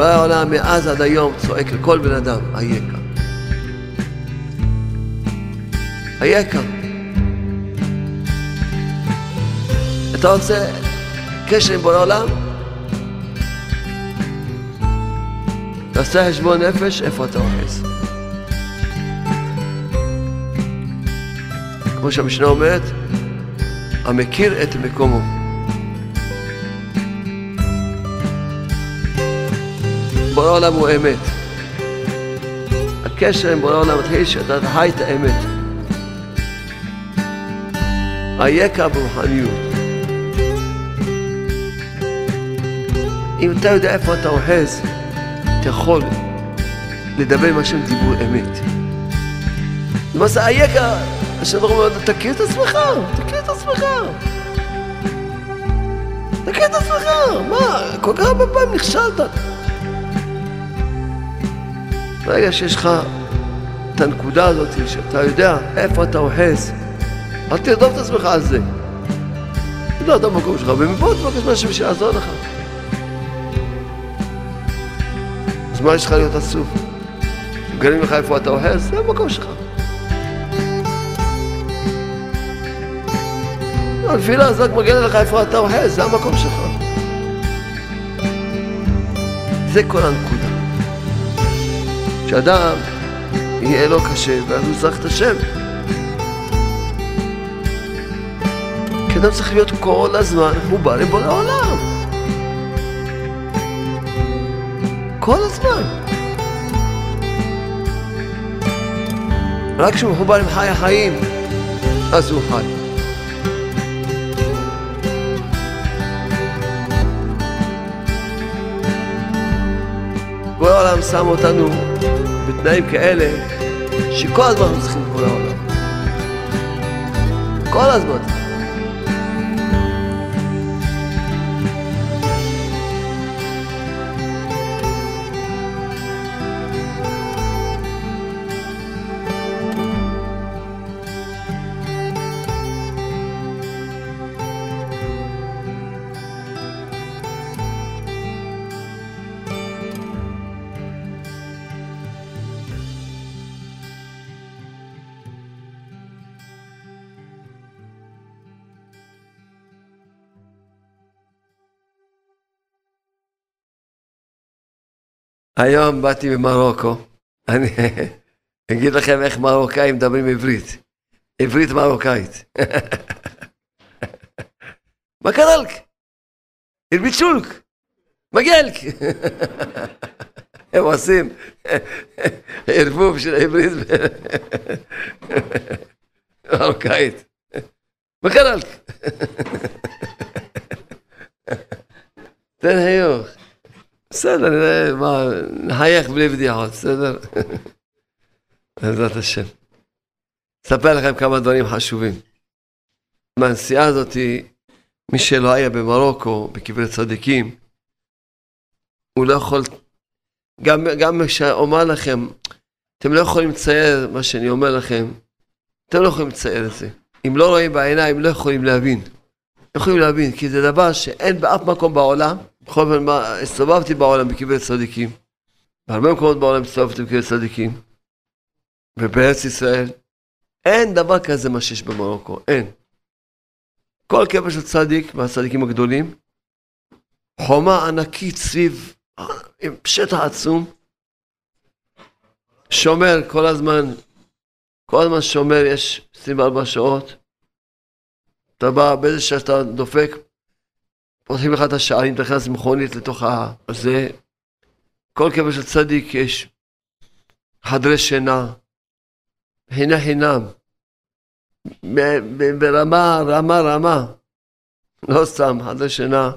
בורא העולם מאז עד היום צועק לכל בן אדם, אייכה. אייכה. אתה רוצה קשר עם בורא העולם? תעשה חשבון נפש, איפה אתה אוחז? כמו שהמשנה אומרת, המכיר את מקומו. בורא העולם הוא אמת. הקשר עם בורא העולם מתחיל שאתה חי את האמת. אייכה ברוחניות. אם אתה יודע איפה אתה אוחז, אתה יכול לדבר עם השם דיבור אמת. למעשה אייכה, השם אומר, תכיר את עצמך, תכיר את עצמך. תכיר את עצמך, מה? כל כך הרבה פעמים נכשלת. ברגע שיש לך את הנקודה הזאת, שאתה יודע איפה אתה אוחז, אל תרדוף את עצמך על זה. תדע את המקום שלך, ומפה תבקש משהו שיעזור לך. אז מה יש לך להיות עצוב? מגלים לך איפה אתה אוחז, זה המקום שלך. הנפילה הזאת מגלה לך איפה אתה אוחז, זה המקום שלך. זה כל הנקודה. שאדם יהיה לו קשה, ואז הוא צריך את השם. כי אדם צריך להיות כל הזמן מחובר לבורא העולם. כל הזמן. רק כשהוא מחובר עם חי החיים, אז הוא חי. בורא העולם שם אותנו בתנאים כאלה שכל הזמן אנחנו צריכים בורא העולם. כל הזמן. היום באתי ממרוקו, אני אגיד לכם איך מרוקאים מדברים עברית, עברית מרוקאית. מה קרה לך? הרבית שולק, מגלק. הם עושים ערבוב של עברית מרוקאית. מה קרה לך? תן היוך. בסדר, נראה מה, נחייך בלי בדיחות, בסדר? בעזרת השם. אספר לכם כמה דברים חשובים. מהנסיעה הזאת, מי שלא היה במרוקו, בקברי צדיקים, הוא לא יכול, גם שאומר לכם, אתם לא יכולים לצייר מה שאני אומר לכם, אתם לא יכולים לצייר את זה. אם לא רואים בעיניים, לא יכולים להבין. לא יכולים להבין, כי זה דבר שאין באף מקום בעולם. בכל פעם הסתובבתי בעולם בקברי צדיקים, בהרבה מקומות בעולם הסתובבתי בקברי צדיקים, ובארץ ישראל, אין דבר כזה מה שיש במרוקו, אין. כל קבר של צדיק, מהצדיקים הגדולים, חומה ענקית סביב, עם שטח עצום, שומר כל הזמן שומר, יש 24 שעות, אתה בא באיזה שאתה דופק, פותחים לך את השערים, אתה נכנס מכונית לתוך הזה. כל קבר של צדיק יש חדרי שינה, חינם, ברמה, לא סתם, חדרי שינה.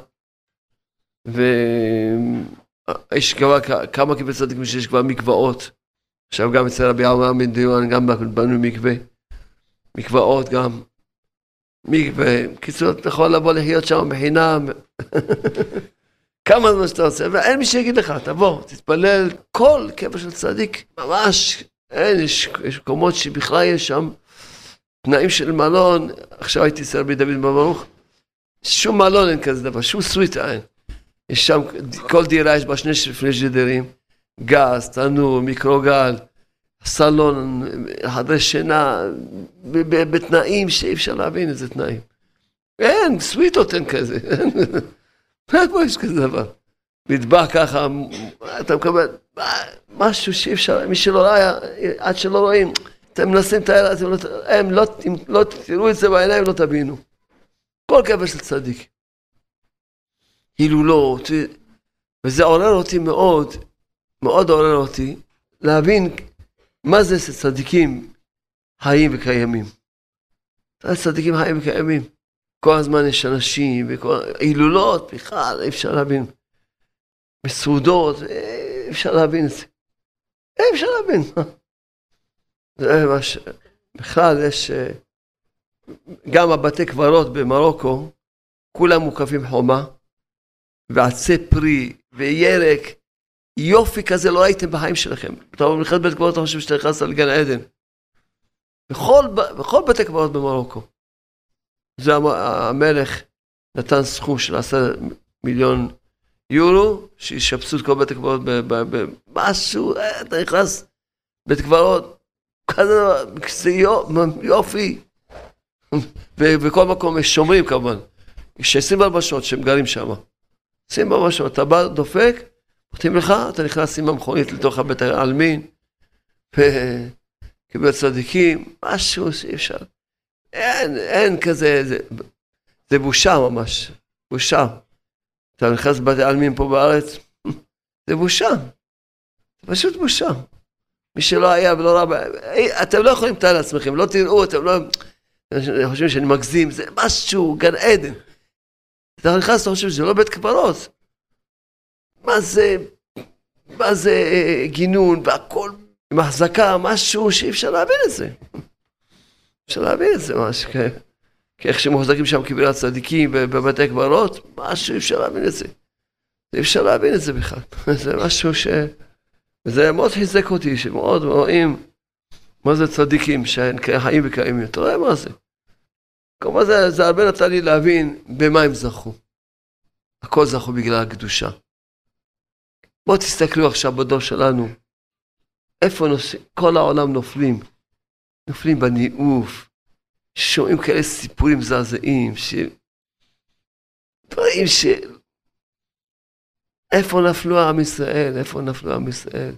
ויש כמה קברי צדיקים שיש כבר מקוואות. עכשיו גם אצל רבי אברהם בן דיואן, גם בנו מקוואות גם. קיצור, אתה יכול לבוא לחיות שם בחינם, כמה זמן שאתה רוצה, ואין מי שיגיד לך, תבוא, תתפלל, כל קבר של צדיק, ממש, אין, יש מקומות שבכלל יש שם תנאים של מלון, עכשיו הייתי אצל רבי דוד ברוך, שום מלון אין כזה דבר, שום סוויטה אין, יש שם, כל דירה יש בה 2 פריג'ידרים, גז, תנור, מיקרוגל, סלון, חדרי שינה, בתנאים שאי אפשר להבין איזה תנאים. אין, סוויטות אין כזה. איפה יש כזה דבר? מטבח ככה, אתה מקבל משהו שאי אפשר, מי שלא ראה, עד שלא רואים, אתם מנסים לתאר, הם לא תראו את זה בעיניים, לא תבינו. כל קבר של צדיק. הילולות, וזה עורר אותי מאוד, מאוד עורר אותי, להבין מה זה צדיקים חיים וקיימים. צדיקים חיים וקיימים. כל הזמן יש אנשים, הילולות, בכלל, אי אפשר להבין. מסעודות, אי אפשר להבין את זה. אי אפשר להבין. זה מה ש... בכלל יש... גם הבתי קברות במרוקו, כולם מוקפים חומה, ועצי פרי, וירק, יופי כזה לא ראיתם בחיים שלכם. אתה נכנס בית קברות, אתה חושב שאתה נכנס על גן עדן. בכל בתי קברות במרוקו. זה המלך נתן סכום של 10 מיליון יורו, שישפצו את כל בית הקברות במשהו, אתה נכנס בית קברות, כזה יופי. ובכל מקום יש שומרים כמובן, יש 24 שעות שהם גרים שם. 24 שעות, אתה בא, דופק, פותחים לך, אתה נכנס עם המכונית לתוך הבית העלמין, וכבית צדיקים, משהו שאי אפשר. אין כזה, זה בושה ממש, בושה. אתה נכנס בבתי העלמין פה בארץ, זה בושה. זה פשוט בושה. מי שלא היה ולא ראה, אתם לא יכולים לתאר לעצמכם, לא תראו, אתם לא... חושבים שאני מגזים, זה משהו, גן עדן. אתה נכנס, אתה חושב שזה לא בית קברות. מה זה גינון והכל, מחזקה, משהו שאי אפשר להבין את זה. אפשר להבין את זה, משהו, כי איך שמוחזקים שם קברי צדיקים בבתי קברות, משהו אי אפשר להבין את זה. אי אפשר להבין את זה בכלל. זה משהו ש... וזה מאוד חיזק אותי, שמאוד רואים מה זה צדיקים, שהם חיים וקיימים. אתה רואה מה זה? כלומר זה הרבה נתן לי להבין במה הם זכו. הכל זכו בגלל הקדושה. בואו תסתכלו עכשיו בדור שלנו, איפה כל העולם נופלים. נופלים בניאוף, שומעים כאלה סיפורים זעזעים, דברים ש... איפה נפלו עם ישראל? איפה נפלו עם ישראל?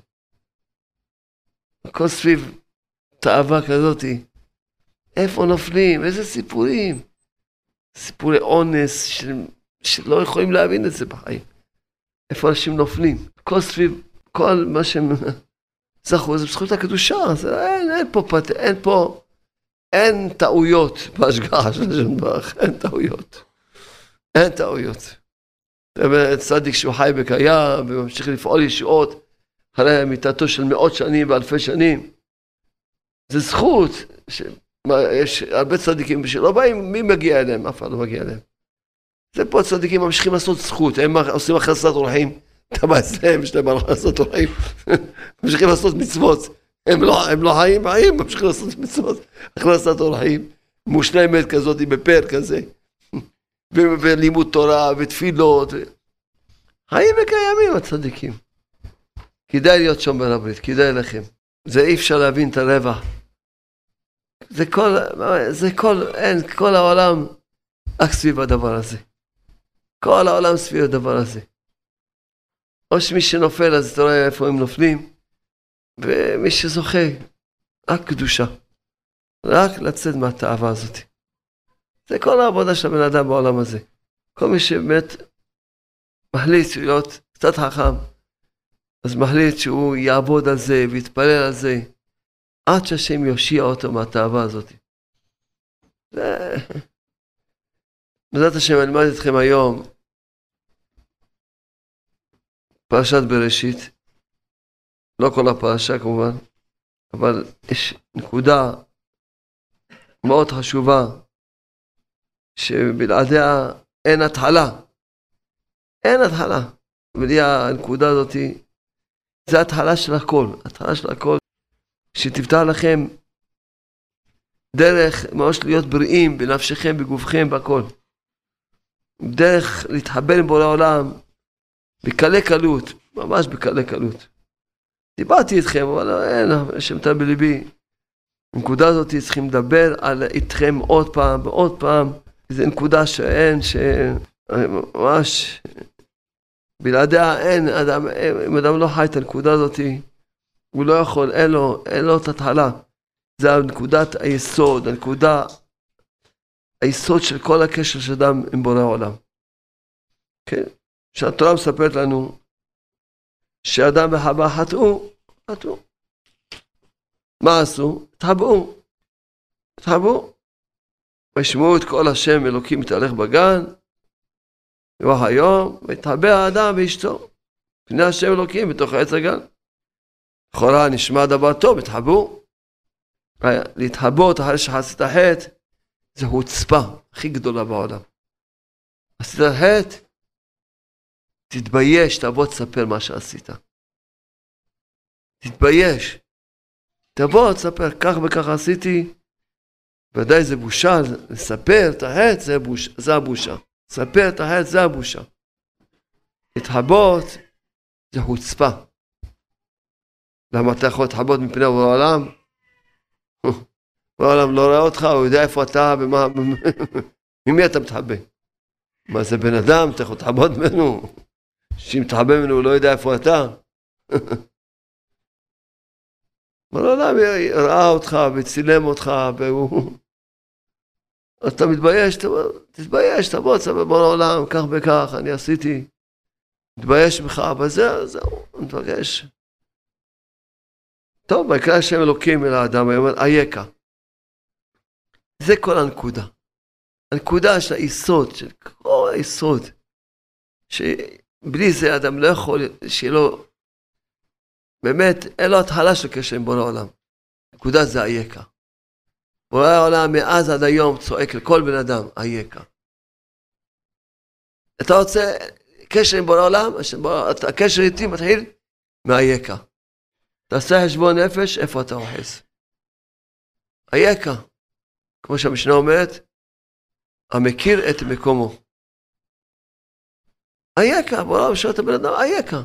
הכל סביב תאווה כזאת. איפה נופלים? איזה סיפורים? סיפורי אונס שלא יכולים להבין את זה בחיים. איפה אנשים נופלים? הכל סביב, כל מה שהם זכו, זה בזכות הקדושה. אין טעויות בהשגחה של השם ברך. אין טעויות. אין טעויות. צדיק שהוא חי וקיים וממשיך לפעול ישועות אחרי מיתתו של מאות שנים ואלפי שנים. זה זכות. יש הרבה צדיקים שלא באים, מי מגיע אליהם? אף אחד לא מגיע אליהם. זה פה צדיקים ממשיכים לעשות זכות. הם עושים הכנסת אורחים. אתה בא אצלם, יש להם הכנסת אורחים. ממשיכים לעשות מצוות. הם לא חיים, ממשיכים לעשות מצוות. הכנסת אורחים. מושלמת כזאת, בפר כזה. ולימוד תורה ותפילות. חיים וקיימים הצדיקים. כדאי להיות שומר הברית, כדאי לכם. זה אי אפשר להבין את הרווח. כל העולם רק סביב הדבר הזה. כל העולם סביב הדבר הזה. או שמי שנופל אז אתה רואה איפה הם נופלים, ומי שזוכה, רק קדושה. רק לצאת מהתאווה הזאת. זה כל העבודה של הבן אדם בעולם הזה. כל מי שבאמת מחליט להיות קצת חכם, אז מחליט שהוא יעבוד על זה ויתפלל על זה, עד שהשם יושיע אותו מהתאווה הזאת. בעזרת השם אני אלמד אתכם היום פרשת בראשית, לא כל הפרשה כמובן, אבל יש נקודה מאוד חשובה, שבלעדיה אין התחלה. אין התחלה. בלי הנקודה הזאת, זה התחלה של הכל. התחלה של הכל, שתפתח לכם דרך ממש להיות בריאים בנפשכם, בגופכם, בכל. דרך להתחבר עם בורא העולם, בקלי קלות, ממש בקלי קלות. דיברתי איתכם, אבל אין, השם נתן בליבי. הנקודה הזאת צריכים לדבר איתכם עוד פעם ועוד פעם. זו נקודה שאין, שממש בלעדיה אין, אם אדם לא חי את הנקודה הזאת, הוא לא יכול, אין לו את התחלה. זה נקודת היסוד, היסוד של כל הקשר של אדם עם בורא העולם. כן? שהתורה מספרת לנו שאדם וחווה חטאו. מה עשו? התחבאו. וישמעו את קול השם אלוקים מתהלך בגן, רוח היום, והתחבא האדם ואשתו. פני השם אלוקים בתוך עץ הגן. לכאורה נשמע דבר טוב, התחבאו. להתחבאות אחרי שחצית החטא, זה חוצפה הכי גדולה בעולם. עשית חטא, תתבייש, תבוא תספר מה שעשית. תתבייש. תבוא תספר, כך וכך עשיתי. ודאי זה בושה, לספר את החטא זה הבושה. לספר את החטא זה הבושה. להתחבאות זה חוצפה. למה אתה יכול להתחבאות מפני העולם? העולם לא רואה אותך, הוא יודע איפה אתה, ממי אתה מתחבא? מה זה בן אדם, אתה יכול להתחבאות ממנו? שאם תחבא ממנו הוא לא יודע איפה אתה? אבל העולם ראה אותך וצילם אותך, אתה תתבייש, תבוא, בוא לעולם, כך וכך, אני עשיתי, תתבייש בך, אבל זהו, אני מתבייש. טוב, ויקרא השם אלוקים אל האדם, הוא אומר, אייכה. זה כל הנקודה. הנקודה של היסוד, של כל היסוד, שבלי זה אדם לא יכול, שיהיה לו, באמת, אין לו התחלה של קשר עם בורא העולם. נקודה זה אייכה. בורא העולם מאז עד היום צועק לכל בן אדם, אייכה. אתה רוצה קשר עם בורא העולם, הקשר איתי מתחיל מאייכה. תעשה חשבון נפש, איפה אתה אוחז? אייכה. כמו שהמשנה אומרת, המכיר את מקומו. אייכה, בורא העולם שואל את הבן אדם, אייכה.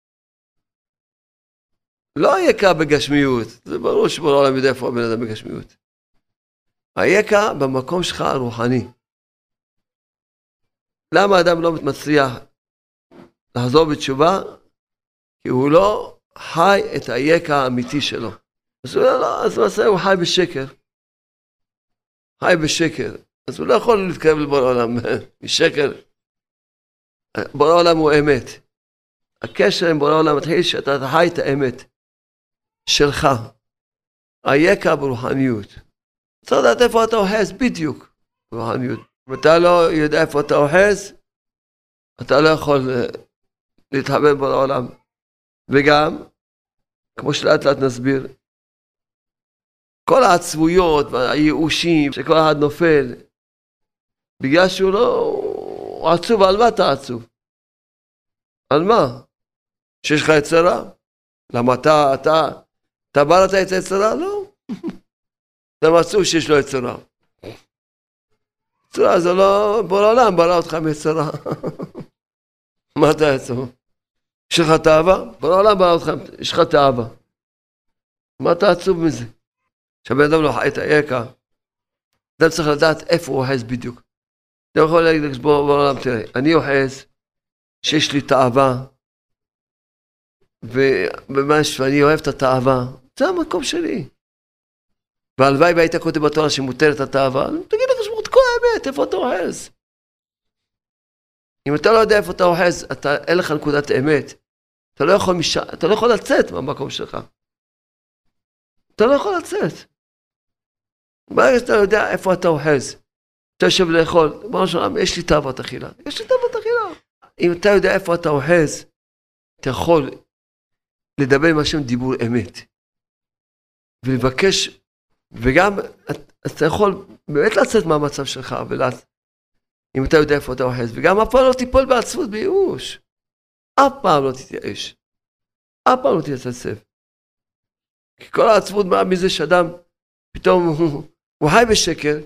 לא אייכה בגשמיות, זה ברור שבורא העולם יודע איפה הבן אדם בגשמיות. אייכה במקום שלך הרוחני. למה האדם לא מצליח לחזור בתשובה? כי הוא לא חי את האייכה האמיתי שלו. אז הוא לא, אז למעשה הוא חי בשקר. חי בשקר. אז הוא לא יכול להתקרב לבורא העולם משקר. בורא העולם הוא אמת. הקשר עם בורא העולם מתחיל שאתה חי את האמת שלך. אייכה ברוחניות. אתה יודעת איפה אתה אוחז בדיוק ברוחניות. אם אתה לא יודע איפה אתה אוחז, אתה לא יכול להתחבר בורא העולם. וגם, כמו שלאט לאט נסביר, כל העצבויות והייאושים שכל אחד נופל, בגלל שהוא לא, הוא עצוב, על מה אתה עצוב? על מה? שיש לך יצרה? למה אתה בראת את היצרה? לא. אתה עצוב שיש לו יצרה. יצרה זה לא, בורא העולם ברא אותך מיצרה. מה אתה עצוב? יש לך תאווה? בורא העולם ברא אותך, יש לך תאווה. מה אתה עצוב מזה? שהבן אדם לא חי את האייכה, אדם צריך לדעת איפה הוא אוחז בדיוק. אתה יכול להגיד בורא העולם, תראה, אני אוחז שיש לי תאווה, ואני אוהב את התאווה, זה המקום שלי. והלוואי והיית כותב בתורה שמותרת התאווה, תגיד לך שמות כל האמת, איפה אתה אוחז? אם אתה לא יודע איפה אתה אוחז, אין לך נקודת אמת, אתה לא יכול לצאת מהמקום שלך. אתה לא יכול לצאת. ברגע שאתה יודע איפה אתה אוחז, אתה יושב לאכול, בראש שלנו, יש לי תאוות אכילה. יש לי תאוות אכילה. אם אתה יודע איפה אתה אוחז, אתה יכול לדבר עם השם דיבור אמת. ולבקש, וגם אתה יכול באמת לצאת מהמצב שלך, אם אתה יודע איפה אתה אוחז, וגם אף פעם לא תיפול בעצבות, בייאוש. אף פעם לא תתייאש. אף פעם לא תתייצב. כי כל העצבות באה מזה שאדם, פתאום הוא חי בשקר,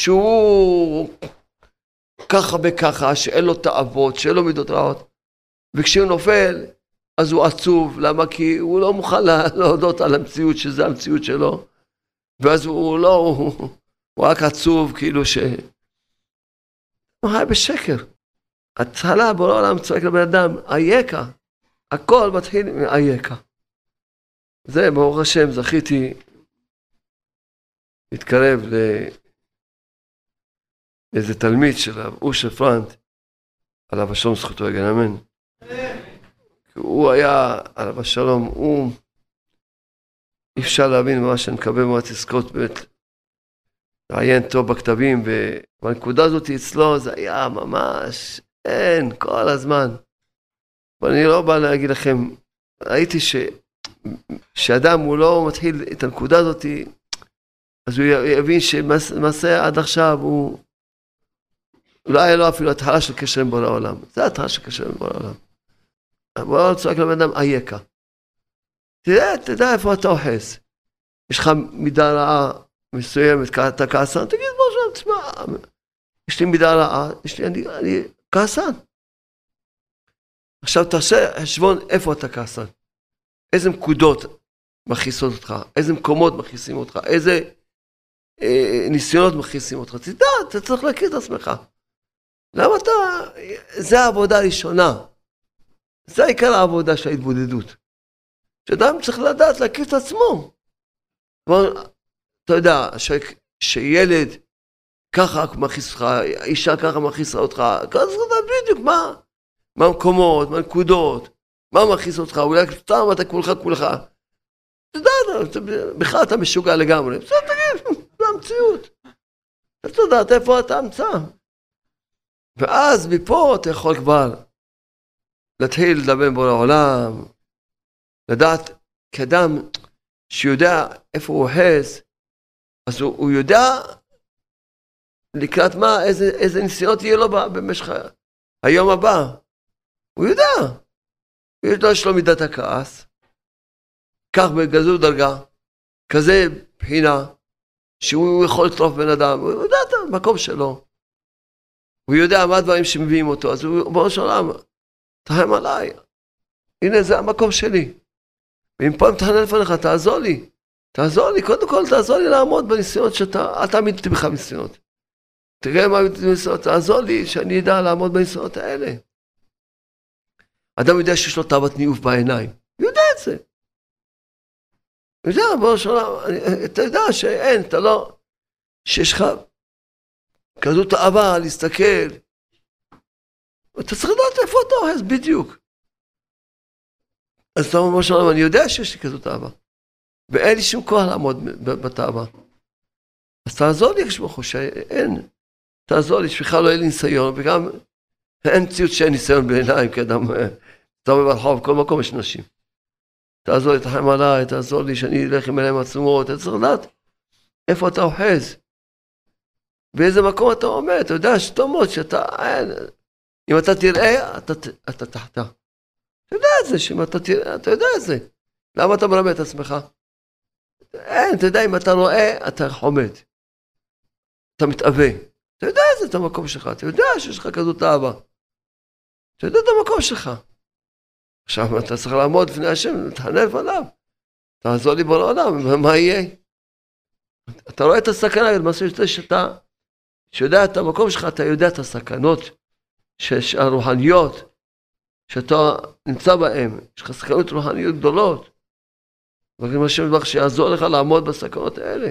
שהוא ככה וככה, שאין לו תאוות, שאין לו מידות רעות. וכשהוא נופל, אז הוא עצוב. למה? כי הוא לא מוכן להודות על המציאות, שזה המציאות שלו. ואז הוא לא, הוא רק עצוב, כאילו ש... הוא היה בשקר. התחלה בורא העולם צועק לבן אדם, אייכה. הכל מתחיל עם אייכה. זה, ברוך השם, זכיתי להתקרב לאיזה תלמיד של אושר פרנט, עליו השלום זכותו יגן אמן. הוא היה, עליו השלום, הוא... אי אפשר להבין מה שאני מקבל מאוד לזכות באמת, לעיין טוב בכתבים, ובנקודה הזאת אצלו זה היה ממש, אין, כל הזמן. ואני לא בא להגיד לכם, ראיתי שאדם הוא לא מתחיל את הנקודה הזאת, אז הוא יבין שמעשה עד עכשיו הוא לא היה לו אפילו התחלה של קשר עם בורא העולם. זה התחלה של קשר עם בורא העולם. בורא העולם צועק לבן אדם, אייכה. תדע איפה אתה אוחז. יש לך מידה רעה מסוימת, אתה כעסן, תגיד בוא שם, תשמע, יש לי מידה רעה, אני כעסן. עכשיו תעשה חשבון איפה אתה כעסן. איזה נקודות מכניסות אותך, איזה מקומות מכניסים אותך, איזה ניסיונות מכניסים אותך. תדע, אתה צריך להכיר את עצמך. למה אתה, זה העבודה הראשונה. זה העיקר העבודה של ההתבודדות. שאדם צריך לדעת להכיר את עצמו. אתה יודע, שילד ככה מכניס אותך, אישה ככה מכניסה אותך, ככה צריך לדעת בדיוק מה המקומות, מה הנקודות, מה מכניס אותך, אולי סתם אתה כולך. אתה יודע, בכלל אתה משוגע לגמרי. בסדר, תגיד, זה המציאות. אתה יודעת איפה אתה אמצא. ואז מפה אתה יכול כבר להתחיל לדבר בו לעולם, לדעת כאדם שיודע איפה הוא אוחז, אז הוא יודע לקראת מה, איזה ניסיונות יהיה לו במשך היום הבא. הוא יודע. הוא יודע שלא מידת הכעס, כך בגזור דרגה, כזה בחינה, שהוא יכול לטרוף בן אדם, הוא יודע את המקום שלו. הוא יודע מה הדברים שמביאים אותו, אז הוא אומר שלום, תרחם עליי, הנה זה המקום שלי. ואם פה מתחנן לפניך, תעזור לי, קודם כל תעזור לי לעמוד בניסיונות שאתה, אל תעמיד אותי בכלל בניסיונות. תראה מה בניסיונות, תעזור לי שאני אדע לעמוד בניסיונות האלה. אדם יודע שיש לו תאוות ניאוף בעיניים, הוא יודע את זה. הוא יודע, בוא שלום, אתה יודע שאין, אתה לא, שיש לך כזאת תאווה להסתכל, אתה צריך לדעת איפה אתה אוחז בדיוק. אז אתה אומר שלום, אני יודע שיש לי כזאת תאווה, ואין לי שום כוח לעמוד בתאווה. אז תעזור לי כשמחו שאין, תעזור לי שבכלל לא יהיה לי ניסיון, וגם אין מציאות שאין ניסיון בעיניים, כי אדם תעבור ברחוב, כל מקום יש נשים. תעזור לי, תחם עליי, תעזור לי שאני אלך עם עליהם עצמות, אתה צריך לדעת איפה אתה אוחז, באיזה מקום אתה עומד, אתה יודע שתומות שאתה, אם אתה תראה, אתה תחתה. אתה יודע את זה, שאם אתה תראה, אתה יודע את זה. למה אתה מרמה את עצמך? אין, אתה יודע, אם אתה רואה, אתה חומד. אתה מתאווה. אתה יודע את זה, את המקום שלך. אתה יודע שיש לך כזאת אהבה. אתה יודע את המקום שלך. עכשיו אתה צריך לעמוד לפני השם, תחנף עליו. תעזור לי בעולם, מה יהיה? אתה רואה את הסכנה, שאתה שיודע את המקום שלך, אתה יודע את הסכנות הרוחניות שאתה נמצא בהן. יש לך סכנות רוחניות גדולות. וכן השם דבר שיעזור לך לעמוד בסכנות האלה.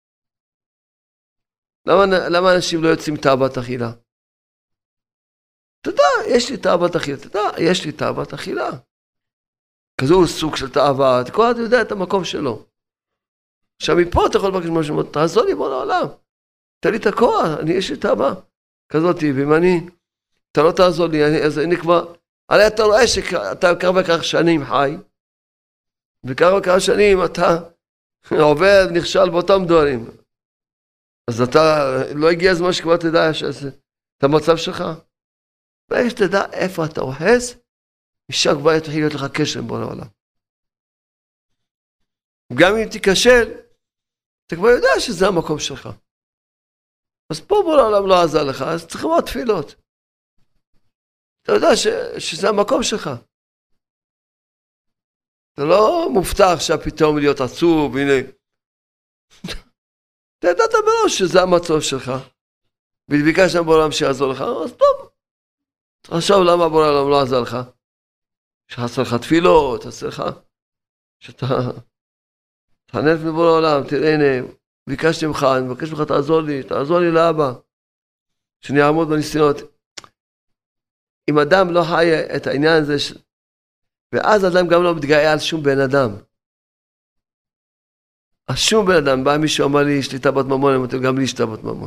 למה אנשים לא יוצאים תאוות אכילה? תדע, יש לי תאוות אכילה, יש לי תאוות אכילה. כזו סוג של תאווה, כל אחד יודע את המקום שלו. עכשיו מפה אתה יכול לבקש משהו, תעזור לי בוא לעולם. תן לי את הכוח, יש לי תאווה כזאת, ואם אתה לא תעזור לי, אז אני כבר, הרי אתה רואה שאתה כך וכך שנים חי, וכך וכך שנים אתה עובד, נכשל באותם דברים. אז אתה, לא הגיע הזמן שכבר תדע את המצב שלך. ואיך שתדע איפה אתה אוחז, משם כבר יתחיל להיות לך קשר בו לעולם. גם אם תיכשל, אתה כבר יודע שזה המקום שלך. אז פה בו לעולם לא עזר לך, אז צריך לומר תפילות. אתה יודע שזה המקום שלך. אתה לא מופתע עכשיו פתאום להיות עצוב, הנה. אתה ידעת בראש שזה המצב שלך. וביקשת בעולם שיעזור לך, אז טוב. עכשיו למה בעולם לא עזר לך? שחסר לך תפילות, חסר לך, שאתה תחנף מבוא לעולם, תראה הנה, ביקשתי ממך, אני מבקש ממך תעזור לי לאבא, שאני אעמוד בניסיונות. אם אדם לא חי את העניין הזה, ואז אדם גם לא מתגאה על שום בן אדם. על שום בן אדם, בא מישהו אמר לי, יש לי תאוות ממון, אמרתי גם לי יש תאוות ממון.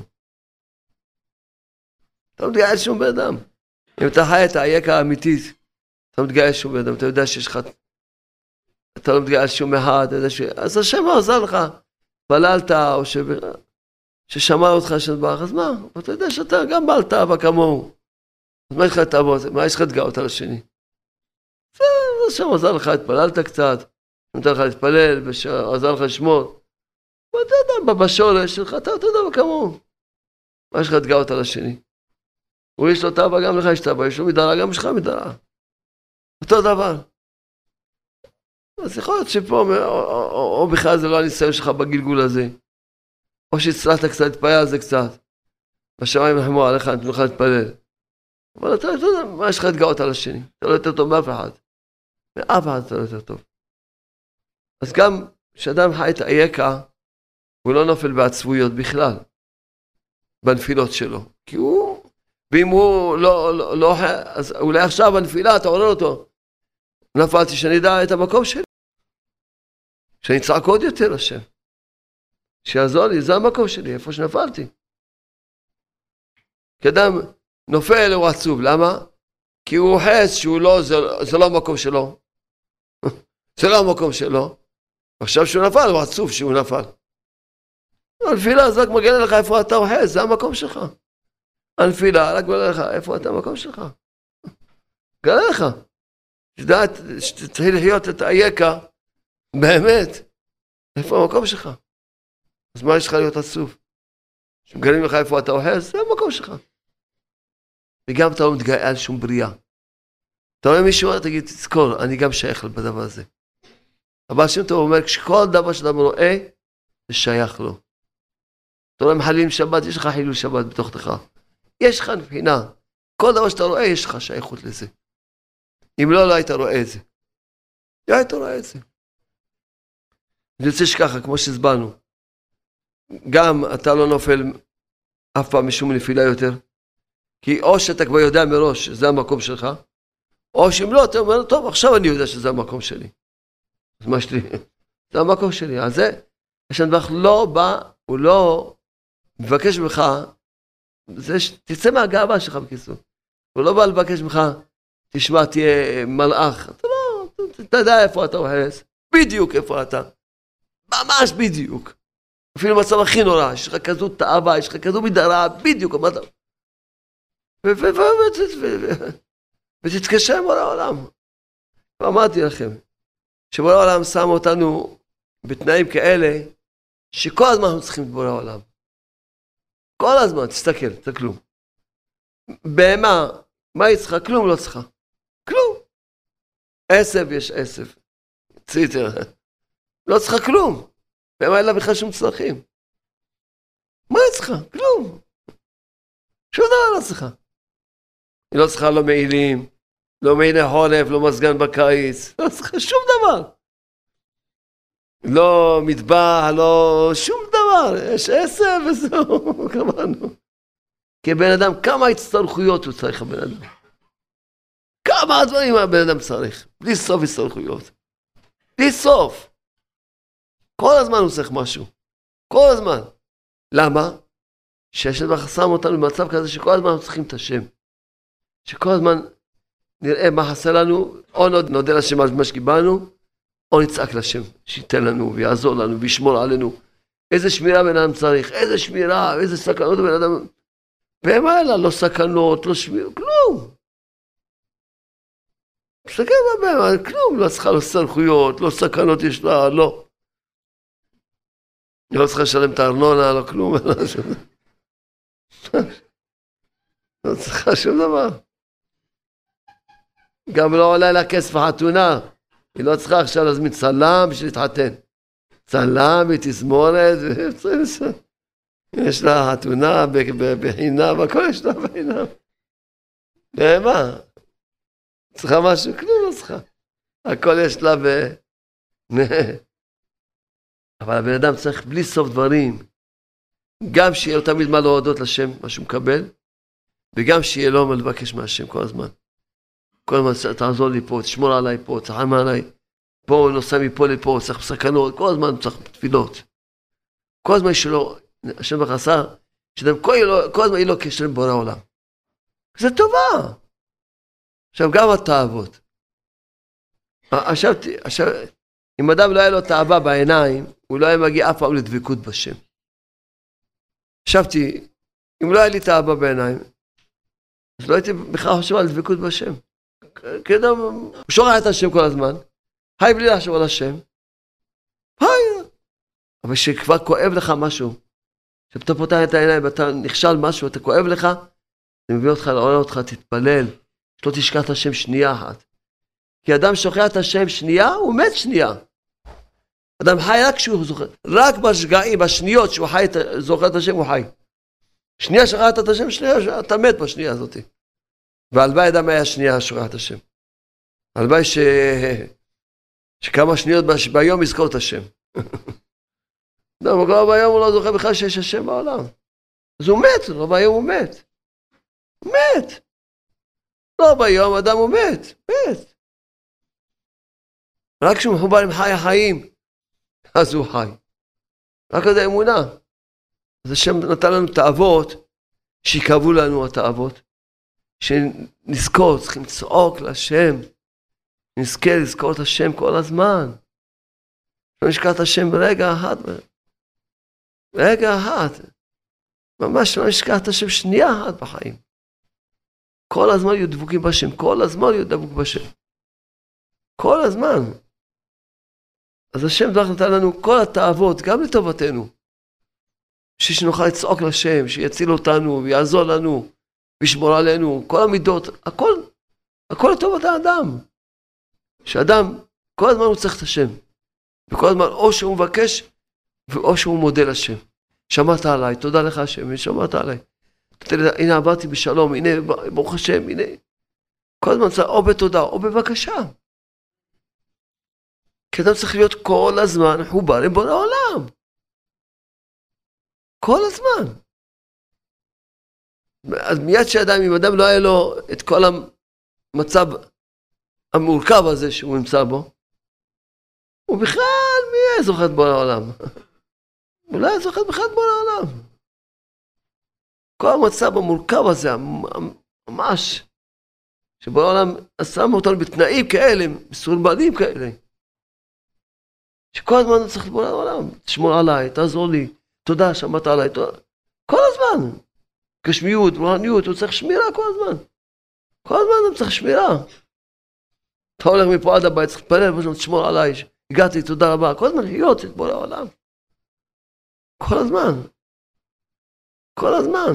אתה לא מתגאה על שום בן אדם. אם אתה חי את האייק האמיתית, אתה לא מתגאה על שום בן אדם, אתה יודע שיש לך, אתה לא מתגאה על שום אחד, אז השם לא עזר לך, בללת, או ששמע אותך שנבח, אז מה? אתה יודע שאתה גם בעל תאווה כמוהו. אז מה יש לך תאוות? מה יש לך תגאות על השני? אז השם עזר לך, התפללת קצת, נתן לך להתפלל, ועזר לך לשמור. ואתה יודע, בשורש שלך, אתה יודע כמוהו. מה יש לך תגאות על השני? הוא יש לו תאווה, גם לך יש תאווה, יש לו מדרה, גם יש לך מדרה. אותו דבר. אז יכול להיות שפה, או בכלל זה לא הניסיון שלך בגלגול הזה, או שהצלחת קצת להתפלל על זה קצת, בשמיים ירחמו עליך, נתנו לך להתפלל. אבל אתה יודע, מה יש לך להתגאות על השני? אתה לא יותר טוב מאף אחד. מאף אחד אתה לא יותר טוב. אז גם כשאדם חי את האייקה, הוא לא נופל בעצבויות בכלל, בנפילות שלו. כי הוא, ואם הוא לא אז אולי עכשיו בנפילה, תעורר אותו. נפלתי שאני אדע את המקום שלי. שאני אצעק עוד יותר השם. שיעזור לי, זה המקום שלי, איפה שנפלתי. כי אדם נופל הוא עצוב, למה? כי הוא חס שהוא לא, זה לא המקום שלו. זה לא המקום שלו. עכשיו שהוא נפל, הוא עצוב שהוא נפל. הנפילה זה רק מגלה לך איפה אתה אוחז, זה המקום שלך. הנפילה רק מגלה לך איפה אתה המקום שלך. גלה לך. שדעת שתתחיל לחיות את האייקה, באמת, איפה המקום שלך. אז מה יש לך להיות עצוב? שמגלים לך איפה אתה אוחז, זה המקום שלך. וגם אתה לא מתגאה על שום בריאה. אתה רואה מישהו, תגיד, תזכור, אני גם שייך בדבר הזה. אבל שם טוב אומר, כשכל דבר שאתה רואה, זה שייך לו. אתה רואה מחללים שבת, יש לך חילול שבת בתוך תך. יש לך מבחינה. כל דבר שאתה רואה, יש לך שייכות לזה. אם לא, לא היית רואה את זה. לא היית רואה את זה. אני רוצה שככה, כמו שהסברנו, גם אתה לא נופל אף פעם משום נפילה יותר, כי או שאתה כבר יודע מראש שזה המקום שלך, או שאם לא, אתה אומר, טוב, עכשיו אני יודע שזה המקום שלי. אז מה שלי? זה המקום שלי. אז זה, השנדבך לא בא, הוא לא מבקש ממך, תצא מהגאווה שלך בקיצור. הוא לא בא לבקש ממך, תשמע, תהיה מלאך. אתה לא, אתה יודע איפה אתה אוחז. בדיוק איפה אתה. ממש בדיוק. אפילו במצב הכי נורא, יש לך כזו תאווה, יש לך כזו מדרה, בדיוק. ותתקשר עם בורא העולם. אמרתי לכם, שבורא העולם שם אותנו בתנאים כאלה, שכל הזמן אנחנו צריכים את בורא העולם. כל הזמן, תסתכלו. בהמה, מה היא צריכה? כלום לא צריכה. כלום. עשב יש עשב. ציטר. לא צריכה כלום. בהמה אין לה בכלל שום צרכים. מה היא צריכה? כלום. שום דבר לא צריכה. היא לא צריכה לא מעילים, לא מעילי חורף, לא מזגן בקיץ. לא צריכה שום דבר. לא מטבח, לא שום דבר. יש עשב וזהו. קבענו. כי בן אדם, כמה הצטרכויות הוא צריך הבן אדם? כמה הדברים הבן אדם צריך? בלי סוף הצטרכויות. בלי סוף. כל הזמן הוא צריך משהו. כל הזמן. למה? שהשם שם אותנו במצב כזה שכל הזמן אנחנו צריכים את השם. שכל הזמן נראה מה חסר לנו, או נודה לשם על מה שקיבלנו, או נצעק לשם, שייתן לנו ויעזור לנו וישמור עלינו. איזה שמירה בן אדם צריך, איזה שמירה, איזה סכנות בן אדם. ומה אלה? לא סכנות, לא שמירה, כלום. מסתכל במה, כלום, לא צריכה לו סמכויות, לא סכנות יש לה, לא. היא לא צריכה לשלם את הארנונה, לא כלום. לא צריכה שום דבר. גם לא עולה לה כסף החתונה. היא לא צריכה עכשיו להזמין צלם בשביל להתחתן. צלם ותזמורת, יש לה חתונה בחינם, הכל יש לה בחינם. מה? צריכה משהו? כלום לא צריכה. הכל יש לה אבל הבן אדם צריך בלי סוף דברים. גם שיהיה לו תמיד מה להודות לשם, מה שהוא מקבל, וגם שיהיה לו מה לבקש מהשם כל הזמן. כל הזמן תעזור לי פה, תשמור עליי פה, תחם עליי. פה נוסע מפה לפה, צריך סכנות, כל הזמן צריך תפילות. כל הזמן יש לו, השם בחסה, כל הזמן יהיה לו קשר עם בורא העולם. זה טובה. עכשיו גם התאוות. עכשיו, אם אדם לא היה לו תאווה בעיניים, הוא לא היה מגיע אף פעם לדבקות בשם. חשבתי, אם לא היה לי תאווה בעיניים, אז לא הייתי בכלל חושב על דבקות בשם. כי אדם, הוא שוכח את השם כל הזמן, היי בלי לחשוב על השם, היי. אבל שכבר כואב לך משהו, כשאתה פותח את העיניים ואתה נכשל משהו, אתה כואב לך, זה מביא אותך, לעורר אותך, תתפלל, שלא תשכח את השם שנייה אחת. כי אדם שוכח את השם שנייה, הוא מת שנייה. אדם חי רק כשהוא זוכר, רק בשגעים, בשניות שהוא חי, זוכר את השם, הוא חי. שנייה שכחת את השם, שנייה, אתה מת בשנייה הזאת. והלוואי אדם היה שנייה שוכח את השם. הלוואי שכמה שניות ביום יזכור את השם. לא, אבל ביום הוא לא זוכר בכלל שיש השם בעולם. אז הוא מת, לא ביום הוא מת. הוא מת. לא ביום אדם הוא מת, מת. רק כשהוא מחובר עם חי החיים, אז הוא חי. רק כזה אמונה. אז השם נתן לנו תאוות, שיקבו לנו התאוות, שנזכור, צריכים לצעוק לשם, נזכה לזכור את השם כל הזמן. לא נשכח את השם ברגע אחד. רגע אחד. ממש לא נשכח את השם שנייה אחת בחיים. כל הזמן יהיו דבוקים בשם, כל הזמן יהיו דבוק בשם. כל הזמן. אז השם דרך נתן לנו כל התאוות, גם לטובתנו. שנוכל לצעוק לשם, שיציל אותנו, ויעזור לנו, וישמור עלינו, כל המידות, הכל לטובת האדם. שאדם, כל הזמן הוא צריך את השם. וכל הזמן או שהוא מבקש, ואו שהוא מודה לשם. שמעת עליי, תודה לך השם, שמעת עליי. הנה עברתי בשלום, הנה ברוך השם, הנה. כל הזמן צריך או בתודה, או בבקשה. כי אדם צריך להיות כל הזמן חובר עם בורא העולם. כל הזמן. אז מיד שאדם, אם אדם לא היה לו את כל המצב המורכב הזה שהוא נמצא בו, הוא בכלל מי היה זוכר את בורא העולם? הוא לא היה זוכר בכלל את בורא העולם. כל המצב המורכב הזה, ממש, שבורא העולם שם אותנו בתנאים כאלה, מסורבלים כאלה, שכל הזמן צריך לבוא לעולם, תשמור עליי, תעזור לי, תודה, שמעת עליי, תודה. כל הזמן, גשמיות, רוחניות, הוא צריך שמירה כל הזמן. כל הזמן הוא צריך שמירה. אתה הולך מפה עד הבית, צריך להתפלל, תשמור עליי, הגעתי, תודה רבה, כל הזמן להיות, תתבוא לעולם. כל הזמן. כל הזמן.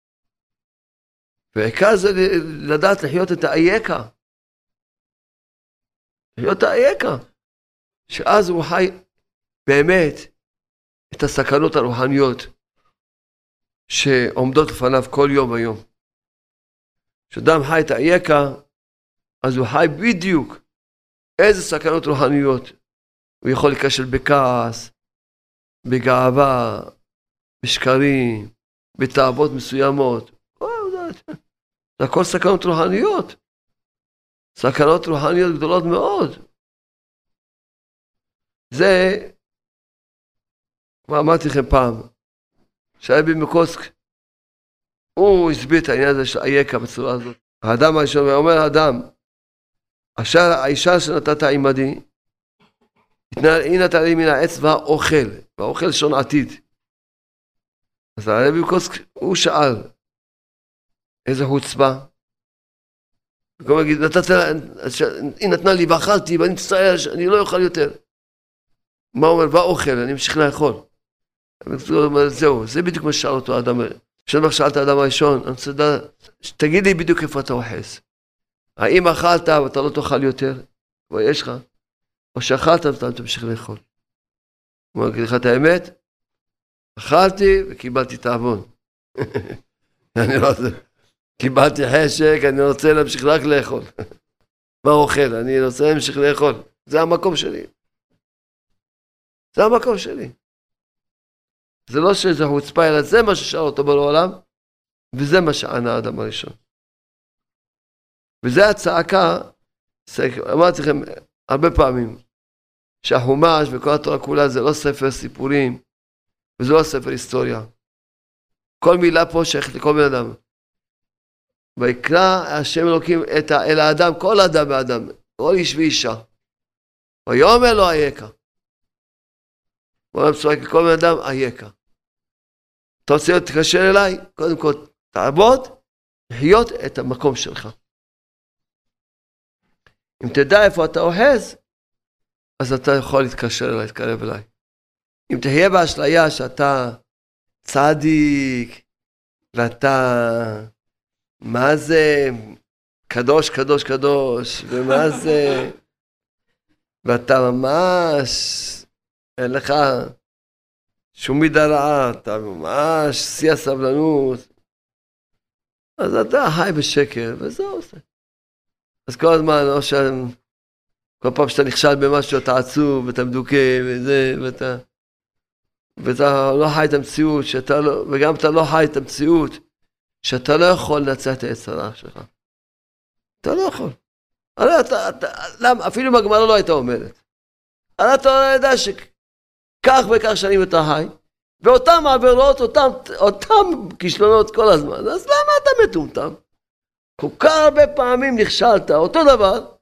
והעיקר זה לדעת לחיות את האייקה. לחיות את האייקה. שאז הוא חי באמת את הסכנות הרוחניות שעומדות לפניו כל יום ויום. כשאדם חי את האייקה, אז הוא חי בדיוק איזה סכנות רוחניות. הוא יכול להיכשל בכעס, בגאווה, בשקרים, בתאוות מסוימות. זה הכל סכנות רוחניות. סכנות רוחניות גדולות מאוד. זה, כבר אמרתי לכם פעם, שהיה במקוסק, הוא הסביר את העניין הזה של אייקה בצורה הזאת. האדם הראשון, ואומר האדם, האישה שנתת עימדי, היא נתן לי מן העץ והאוכל, והאוכל שון עתיד. אז הרבי מקוסק, הוא שאל, איזה חוצפה? הוא יגיד, היא נתנה לי ואכלתי, ואני מצטער שאני לא אוכל יותר. מה הוא אומר? והאוכל, אני ממשיך לאכול. זהו, זה בדיוק מה ששאל אותו האדם. כשאני שאלת האדם הראשון, אני רוצה לדעת, תגיד לי בדיוק איפה אתה אוחז. האם אכלת ואתה לא תאכל יותר, כבר יש לך, או שאכלת ואתה תמשיך לאכול. הוא אומר לך את האמת, אכלתי וקיבלתי תאבון. אני לא יודע, קיבלתי חשק, אני רוצה להמשיך רק לאכול. מה אוכל? אני רוצה להמשיך לאכול. זה המקום שלי. זה המקום שלי. זה לא שזה חוצפה, אלא זה מה ששאל אותו בעולם, וזה מה שענה האדם הראשון. וזה הצעקה, אמרתי לכם הרבה פעמים, שהחומש וכל התורה כולה זה לא ספר סיפורים, וזה לא ספר היסטוריה. כל מילה פה שייכת לכל בן אדם. ויקרא השם אלוקים אל האדם, כל אדם ואדם, כל איש ואישה. ויאמר לו אייכה. בעולם צועק לכל בן אדם, אייכה. אתה רוצה להתקשר אליי? קודם כל, תעבוד, לחיות את המקום שלך. אם תדע איפה אתה אוחז, אז אתה יכול להתקשר אליי, להתקרב אליי. אם תהיה באשליה שאתה צדיק, ואתה, מה זה קדוש, קדוש, קדוש, ומה זה, ואתה ממש, אין לך שום מידה רעה, אתה ממש שיא הסבלנות, אז אתה חי בשקר, וזהו זה. אז כל הזמן, או כל פעם שאתה נכשל במשהו, אתה עצוב, ואתה מדוכא, ואתה לא חי את המציאות, וגם אתה לא חי את המציאות, שאתה לא יכול לנצח את היצרה שלך. אתה לא יכול. למה? אפילו בגמרא לא הייתה אומרת. אבל אתה לא יודע שכך וכך שנים אתה חי, ואותם עבירות, אותם כישלונות כל הזמן. אז למה אתה מטומטם? כל כך הרבה פעמים נכשלת, אותו דבר.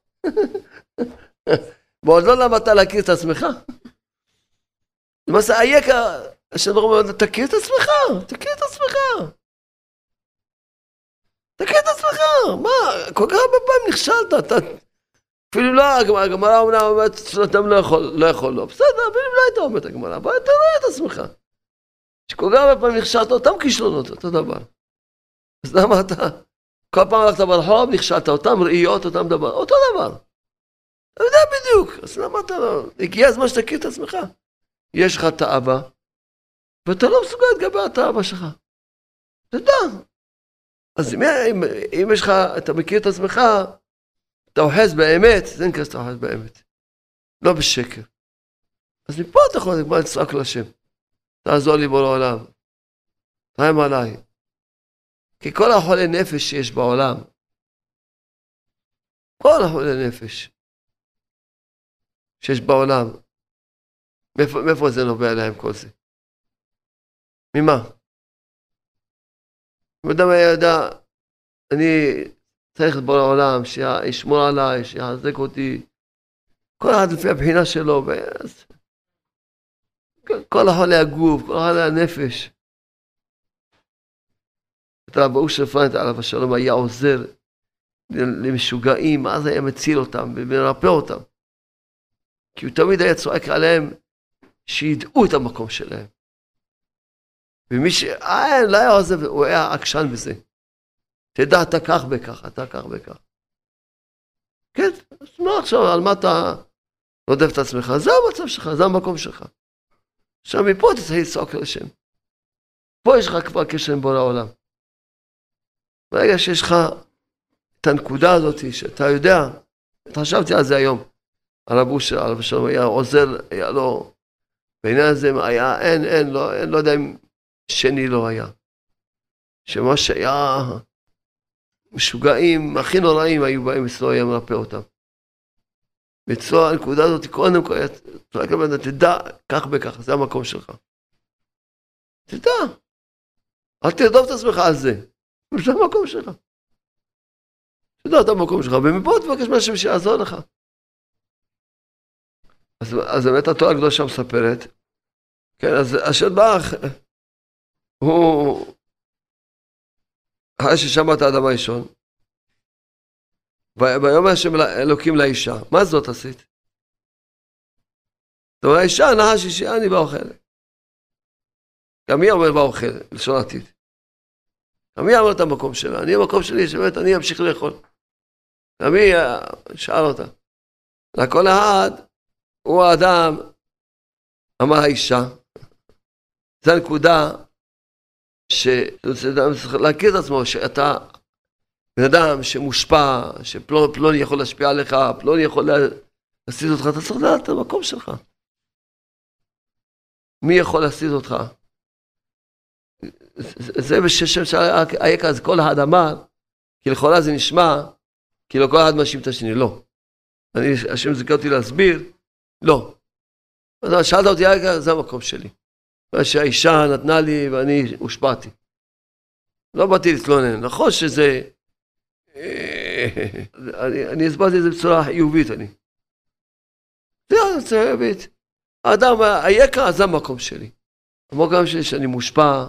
ועוד לא למדת להכיר את עצמך. למעשה, אייכה, השם אומר, תכיר את עצמך, תכיר את עצמך. תכיר את עצמך, מה, כל כך הרבה פעמים נכשלת, אתה, אפילו לא, הגמרא אומרת שאתם לא יכול, לא, בסדר, אפילו לא הייתה אומרת הגמרא, אבל אתה רואה את עצמך. שכל כך הרבה פעמים נכשלת, אותם כישלונות, אותו דבר. אז למה אתה, כל פעם הלכת ברחוב, נכשלת, אותם ראיות, אותם דבר, אותו דבר. אתה יודע בדיוק, אז למה אתה לא, הגיע הזמן שתכיר את עצמך. יש לך תאווה, ואתה לא מסוגל להתגבר על התאווה שלך. אתה יודע. אז אם יש לך, אתה מכיר את עצמך, אתה אוחז באמת, זה נקרא שאתה אוחז באמת. לא בשקר. אז מפה אתה יכול לקבל לצעוק להשם. תעזור לי בורא עולם. תרחם עליי. כי כל החולי נפש שיש בעולם, כל החולי נפש שיש בעולם, מאיפה זה נובע להם כל זה? ממה? אם אדם היה יודע, אני צריך לבוא לעולם, שישמור עליי, שיחזק אותי, כל אחד לפי הבחינה שלו, כל החולי הגוף, כל החולי הנפש. את רב אושר פיינשטיין עליו השלום היה עוזר למשוגעים, אז היה מציל אותם ומרפא אותם. כי הוא תמיד היה צועק עליהם שידעו את המקום שלהם. ומי לא היה עוזב, הוא היה עקשן בזה. תדע, אתה כך בכך, אתה כך בכך. כן, אז מה עכשיו, על מה אתה רודף את עצמך? זה המצב שלך, זה המקום שלך. עכשיו מפה אתה צריך לצעוק לשם. פה יש לך כבר קשר עם בורא העולם. ברגע שיש לך את הנקודה הזאת, שאתה יודע, חשבתי על זה היום, הרב אושר, עליו השלום, היה עוזר, היה לו, בעניין הזה היה, אין, לא יודע אם שני לא היה. שמה שהיה, משוגעים, הכי נוראים היו בהם אצלו, היה מרפא אותם. ואצלו הנקודה הזאת, קודם כל, תדע, כך וכך, זה המקום שלך. תדע, אל תרדוף את עצמך על זה. זה המקום שלך. תדע את המקום שלך, ומפה תבקש מהשם שיעזור לך. אז באמת התורה הקדושה מספרת, כן, אז אשר ברך, הוא, אחרי ששמע את האדם הראשון, ויאמר השם אלוקים לאישה, מה זאת עשית? זאת אומרת, האישה נחש אישי, אני באוכל. גם היא אומרת באוכל, לשון עתיד. גם היא אומרת את המקום שלה, אני המקום שלי, שבאמת אני אמשיך לאכול. מי שאל אותה? כל אחד הוא האדם, אמר האישה. זו הנקודה שצריך להכיר את עצמו, שאתה בן אדם שמושפע, שפלוני יכול להשפיע עליך, פלוני יכול להסיד אותך, אתה צריך לדעת את המקום שלך. מי יכול להסיד אותך? זה בשם של היקר, אז כל אחד אמר, כי לכאורה זה נשמע, כאילו כל אחד מאשים את השני, לא. השם זיכה אותי להסביר, לא. אז שאלת אותי היקר, זה המקום שלי. שהאישה נתנה לי ואני הושפעתי. לא באתי להתלונן, נכון שזה, אני הסברתי את זה בצורה חיובית, זה חיובית. האדם היקר, זה המקום שלי. המקום שלי שאני מושפע,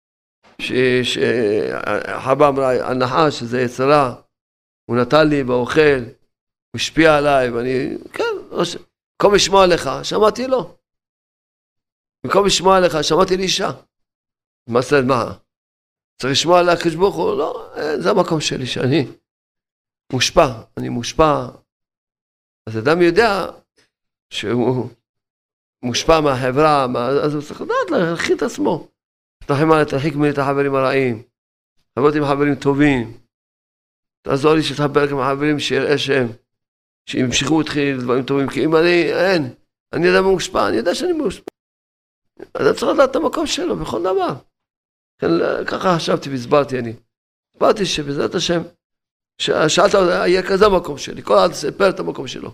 שחבא אמרה, הנחש, שזה יצרה, הוא נתן לי באוכל, הוא השפיע עליי, ואני, כן, במקום לשמוע לך, שמעתי לו. במקום לשמוע עליך, שמעתי לאישה. מה זה, מה? צריך לשמוע על הקדוש ברוך הוא? לא, זה המקום שלי, שאני מושפע, אני מושפע. אז אדם יודע שהוא מושפע מהחברה, אז הוא צריך לדעת להכין את עצמו. תרחיק ממני את החברים הרעים, תעבוד עם חברים טובים, תעזור לי שתחבר עם החברים שיראה שימשכו אותי לדברים טובים, כי אם אני אדם מושפע, אני יודע שאני מושפע. אז אני צריך לדעת את המקום שלו בכל דבר. ככה חשבתי והסברתי הסברתי שבעזרת השם, שאלת היה כזה המקום שלי, כל אחד ספר את המקום שלו.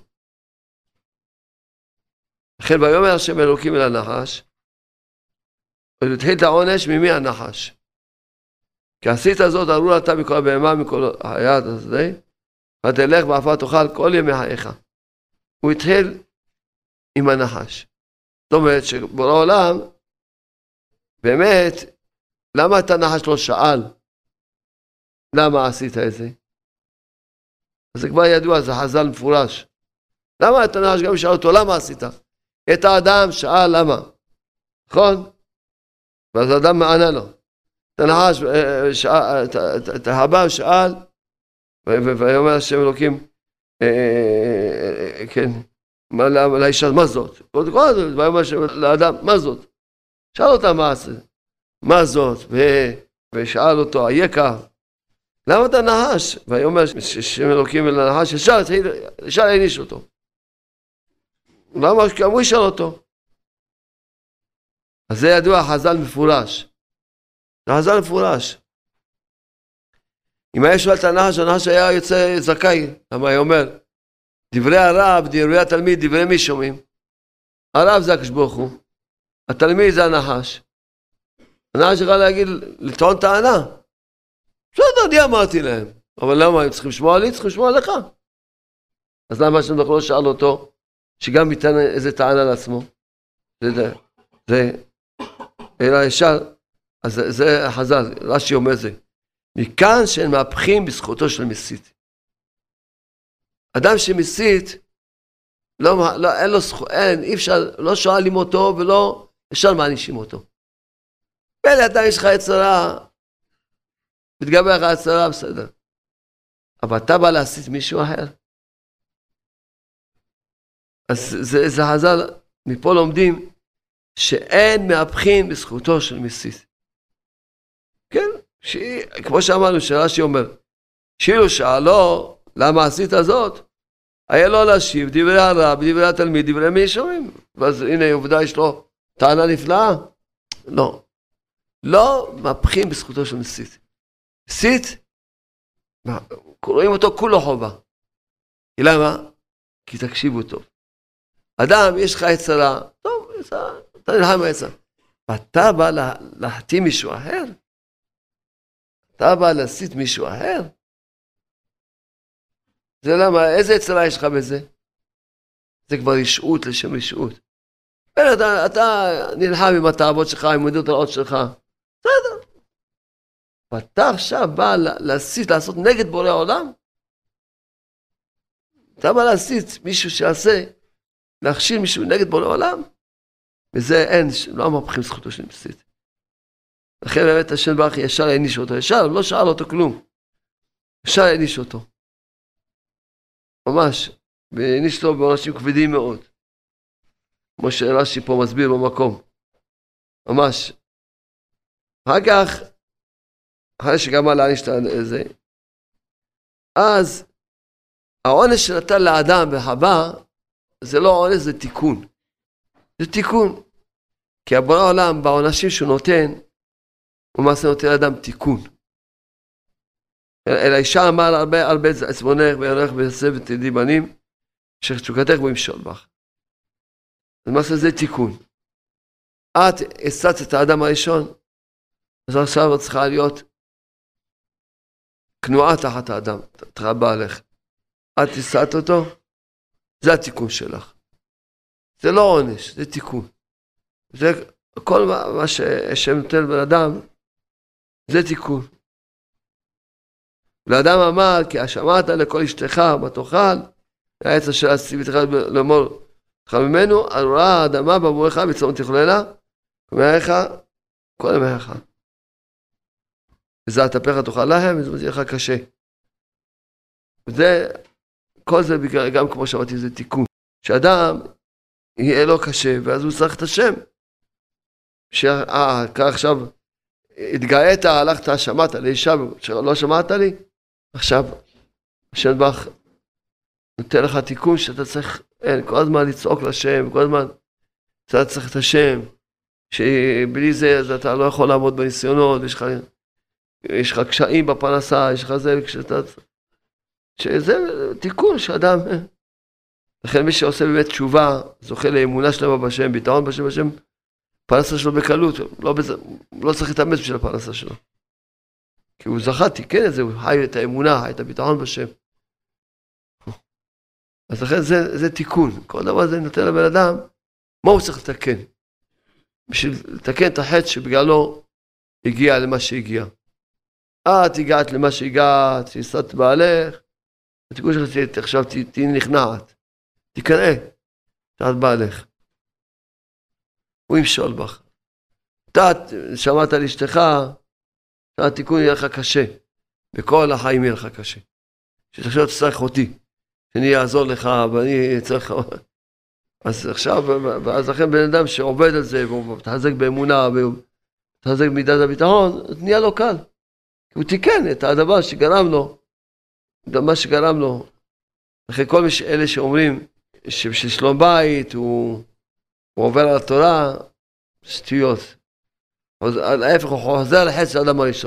לכן ויאמר השם אלוקים אל הנחש, ותתחיל את העונש ממי הנחש. כי עשית זאת ארור אתה מכל הבהמה, מכל היד הזה, ותלך באפה תאכל כל ימי חייך. הוא התחיל עם הנחש. זאת אומרת שבורא עולם, באמת, למה את הנחש לא שאל? למה עשית את זה? אז זה כבר ידוע, זה חז"ל מפורש. למה את הנחש גם שאל אותו, למה עשית? את האדם שאל למה? נכון? ואז האדם מענה לו. את הנחש, את ההבא שאל, ויאמר השם אלוקים, כן, לאישה, מה זאת? ויאמר השם לאדם, מה זאת? שאל אותה מה זאת? ושאל אותו, היקר, למה אתה נחש? ויאמר השם אלוקים אל הנחש, ישר העניש אותו. למה? גם הוא ישאל אותו. אז זה ידוע חז"ל מפורש. זה חז"ל מפורש. אם היה שואל את הנחש היה יוצא זכאי. למה היה אומר, דברי הרב, דברי התלמיד, דברי מי שומעים? הרב זה הקדוש ברוך הוא. התלמיד זה הנחש. הנחש יכול להגיד, לטעון טענה. בסדר, אני אמרתי להם. אבל למה, הם צריכים לשמוע לי? צריכים לשמוע לך. אז למה השם לא שאל אותו, שגם ייתן איזה טענה לעצמו? אלא ישר, אז זה חז"ל, רש"י אומר זה. מכאן שהם מהפכים בזכותו של מסית. אדם שמסית, אין לו זכות, אי אפשר, לא שואלים אותו ולא אפשר מענישים אותו. ואלה אדם יש לך יצרה, מתגבר לך יצרה, בסדר. אבל אתה בא להסית מישהו אחר. אז זה חז"ל, מפה לומדים, שאין מהפכים בזכותו של מסית. כן? כמו שאמרנו, שרש"י אומר, שאילו שאלו, למה עשית זאת? היה לו להשיב דברי הרב, דברי התלמיד, דברי מי שומעים. ואז הנה עובדה יש לו טענה נפלאה. לא. לא מהפכים בזכותו של מסית. מסית, רואים אותו כולו חובה. למה? כי תקשיבו טוב. אדם, יש לך יצרה, טוב, אתה נלחם ביצרה. ואתה בא להחתים מישהו אחר? אתה בא להסית מישהו אחר? זה למה, איזה יצרה יש לך בזה? זה כבר רשעות לשם רשעות. אתה נלחם עם התאוות שלך, עם הדעות שלך. בסדר. ואתה עכשיו בא להסית, לעשות נגד בורא העולם? אתה בא להסית מישהו שעשה, להכשיל מישהו נגד בורא העולם? וזה אין, לא מהפכים זכותו של מסית. לכן באמת השם ברך ישר העניש אותו, ישר, לא שאל אותו כלום. ישר העניש אותו. ממש, והעניש אותו בעונשים כבדים מאוד. כמו שרש"י פה מסביר במקום. ממש. אחרי שגמר להעניש את זה, אז העונש שנתן לאדם בחווה, זה לא עונש, זה תיקון. זה תיקון. כי הבורא העולם, בעונשים שהוא נותן, הוא מעשה נותן לאדם תיקון. אלא אישה אמר הרבה עצבונך ויונך ויעשה ותלדי בנים, שתשוקתך בו ימשול בך. אז מעשה זה תיקון. את הסעת את האדם הראשון, אז עכשיו את צריכה להיות כנועה תחת האדם, תרבה עליך. את הסעת אותו, זה התיקון שלך. זה לא עונש, זה תיקון. זה כל מה שהשם נותן בן אדם, זה תיקון. לאדם אמר, כי השמעת לכל אשתך, מה תאכל, העץ אשר עשיתי בתך לאמור לך ממנו, ארורה האדמה במורך בצום תכללה, ומאיך, כל ימיך. וזה התהפך תאכל להם, וזה יהיה לך קשה. וזה, כל זה גם כמו שאמרתי, זה תיקון. שאדם יהיה לו קשה, ואז הוא צריך את השם. כך עכשיו, התגאית, הלכת, שמעת לאישה, שלא שמעת לי, עכשיו, השם בך נותן לך תיקון שאתה צריך, כל הזמן לצעוק לשם, כל הזמן אתה צריך את השם, שבלי זה אז אתה לא יכול לעמוד בניסיונות, יש לך קשיים בפרנסה, יש לך זה, שזה תיקון שאדם, לכן מי שעושה באמת תשובה, זוכה לאמונה שלמה בשם, ביטחון בשם, פרנסה שלו בקלות, לא צריך להתאמץ בשביל הפרנסה שלו. כי הוא זכה, תיקן את זה, הוא חי את האמונה, חי את הביטחון בשם. אז לכן זה תיקון. כל דבר זה נותן לבן אדם, מה הוא צריך לתקן? בשביל לתקן את החטא שבגללו הגיע למה שהגיע. את הגעת למה שהגעת, שהסעת בעלך, התיקון שלך עכשיו תהי נכנעת. תקרא, שאת בעלך. הוא ימשול בך. שמעת על אשתך, התיקון יהיה לך קשה. בכל החיים יהיה לך קשה. שתחשוב תצטרך אותי. שאני אעזור לך, ואני צריך... אז עכשיו, ואז לכן בן אדם שעובד על זה, והוא מתחזק באמונה, והוא מתחזק במידת הביטחון, אז נהיה לו קל. הוא תיקן את הדבר שגרם לו, מה שגרם לו. לכן כל אלה שאומרים שבשביל שלום בית, הוא עובר על התורה, שטויות. ההפך, הוא חוזר על חטא של האדם הראשון.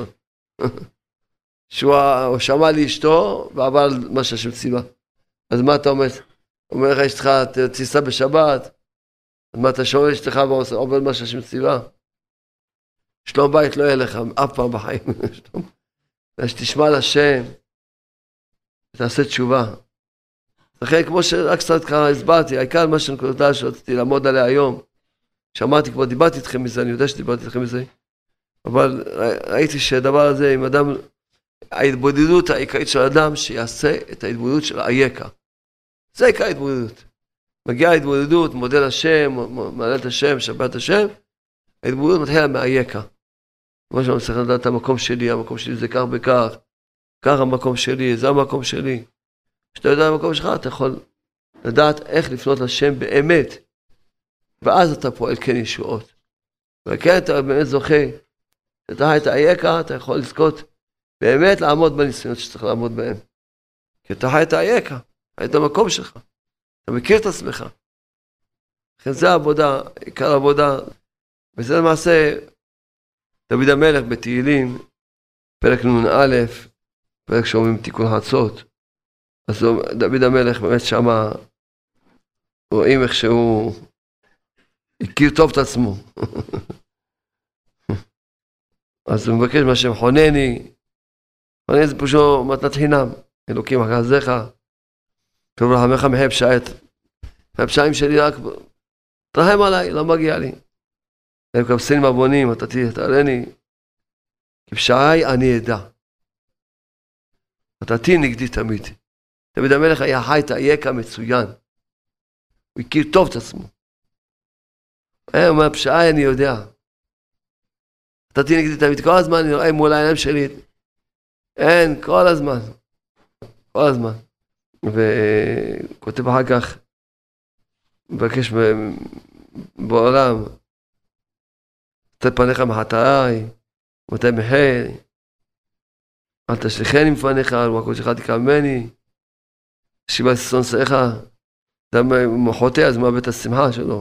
שהוא שמע לאשתו, ועבר על מה שהשם ציווה. אז מה אתה אומר? אומר לך אשתך, תיסע בשבת, אז מה אתה שומע אשתך ועובר מה שהשם ציווה? שלום בית לא יהיה לך, אף פעם בחיים. אז תשמע לשם, ותעשה תשובה. לכן כמו שרק קצת ככה הסברתי, העיקר מה שנקודה שרציתי לעמוד עליה היום, שמעתי כבר, דיברתי איתכם מזה, אני יודע שדיברתי איתכם מזה, אבל ראיתי שהדבר הזה עם אדם, ההתבודדות העיקרית של אדם, שיעשה את ההתבודדות של היקה. זה העיקר ההתבודדות. מגיעה ההתבודדות, מודה לשם, מעלה את השם, שבת השם, ההתבודדות מתחילה מהיקה. כמו שאני צריך לדעת את המקום שלי זה כך וכך, כך המקום שלי, זה המקום שלי. כשאתה יודע המקום שלך, אתה יכול לדעת איך לפנות לשם באמת, ואז אתה פועל כן ישועות. וכן אתה באמת זוכה, כשאתה חי את היקה, אתה יכול לזכות באמת לעמוד בניסיונות שצריך לעמוד בהם. כי אתה חי את היקה, חי את המקום שלך, אתה מכיר את עצמך. לכן זה העבודה, עיקר העבודה, וזה למעשה דוד המלך בתהילים, פרק נ"א, פרק שאומרים תיקון חצות, אז דוד המלך באמת שמה, רואים איך שהוא הכיר טוב את עצמו. אז הוא מבקש מהשם חונני, חונני זה פשוט מתנת חינם, אלוקים אחזיך, טוב רחמך מחי פשעת, הפשעים שלי רק, תרחם עליי, לא מגיע לי. הם כבסים מבונים, אתה תראה, כי פשעי אני אדע. אתה תהיה נגדי תמיד. דוד המלך היה חי את היקה מצוין. הוא הכיר טוב את עצמו. הוא אומר, פשעי אני יודע. אתה תהיה נגדי תמיד. כל הזמן אני רואה מול העיניים שלי. אין, כל הזמן. כל הזמן. וכותב אחר כך, מבקש בעולם, תן פניך מחטאי, ומתי מחי, אל תשליכני מפניך, ומקום שלך תקרבני, שיבה ששון שעיך, הוא חוטא, אז מאבד את השמחה שלו.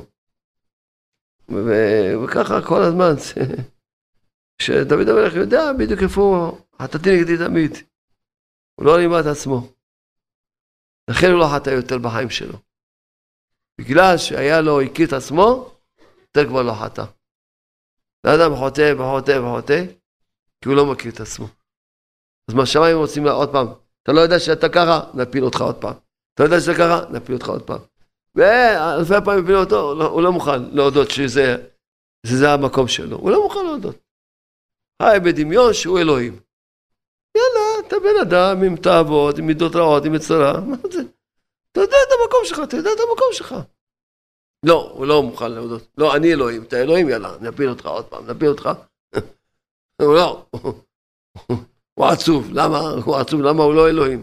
וככה כל הזמן, שדוד המלך יודע בדיוק איפה חטאתי נגדי תמיד. הוא לא רימה את עצמו. לכן הוא לא חטא יותר בחיים שלו. בגלל שהיה לו, הכיר את עצמו, יותר כבר לא חטא. לאדם חוטא וחוטא וחוטא, כי הוא לא מכיר את עצמו. אז מה שמיים רוצים לה עוד פעם, אתה לא יודע שאתה ככה, נפיל אותך עוד פעם. אתה לא יודע שאתה ככה, נפיל אותך עוד פעם. ואלפי פעמים הפילו אותו, הוא לא מוכן להודות שזה המקום שלו. הוא לא מוכן להודות. חי בדמיון שהוא אלוהים. יאללה, אתה בן אדם עם תאוות, עם מידות רעות, עם יצרה. מה זה? אתה יודע את המקום שלך, אתה יודע את המקום שלך. לא, הוא לא מוכן להודות. לא, אני אלוהים, אתה אלוהים, יאללה, נפיל אותך עוד פעם, נפיל אותך. הוא לא. הוא עצוב, למה? הוא עצוב, למה הוא לא אלוהים?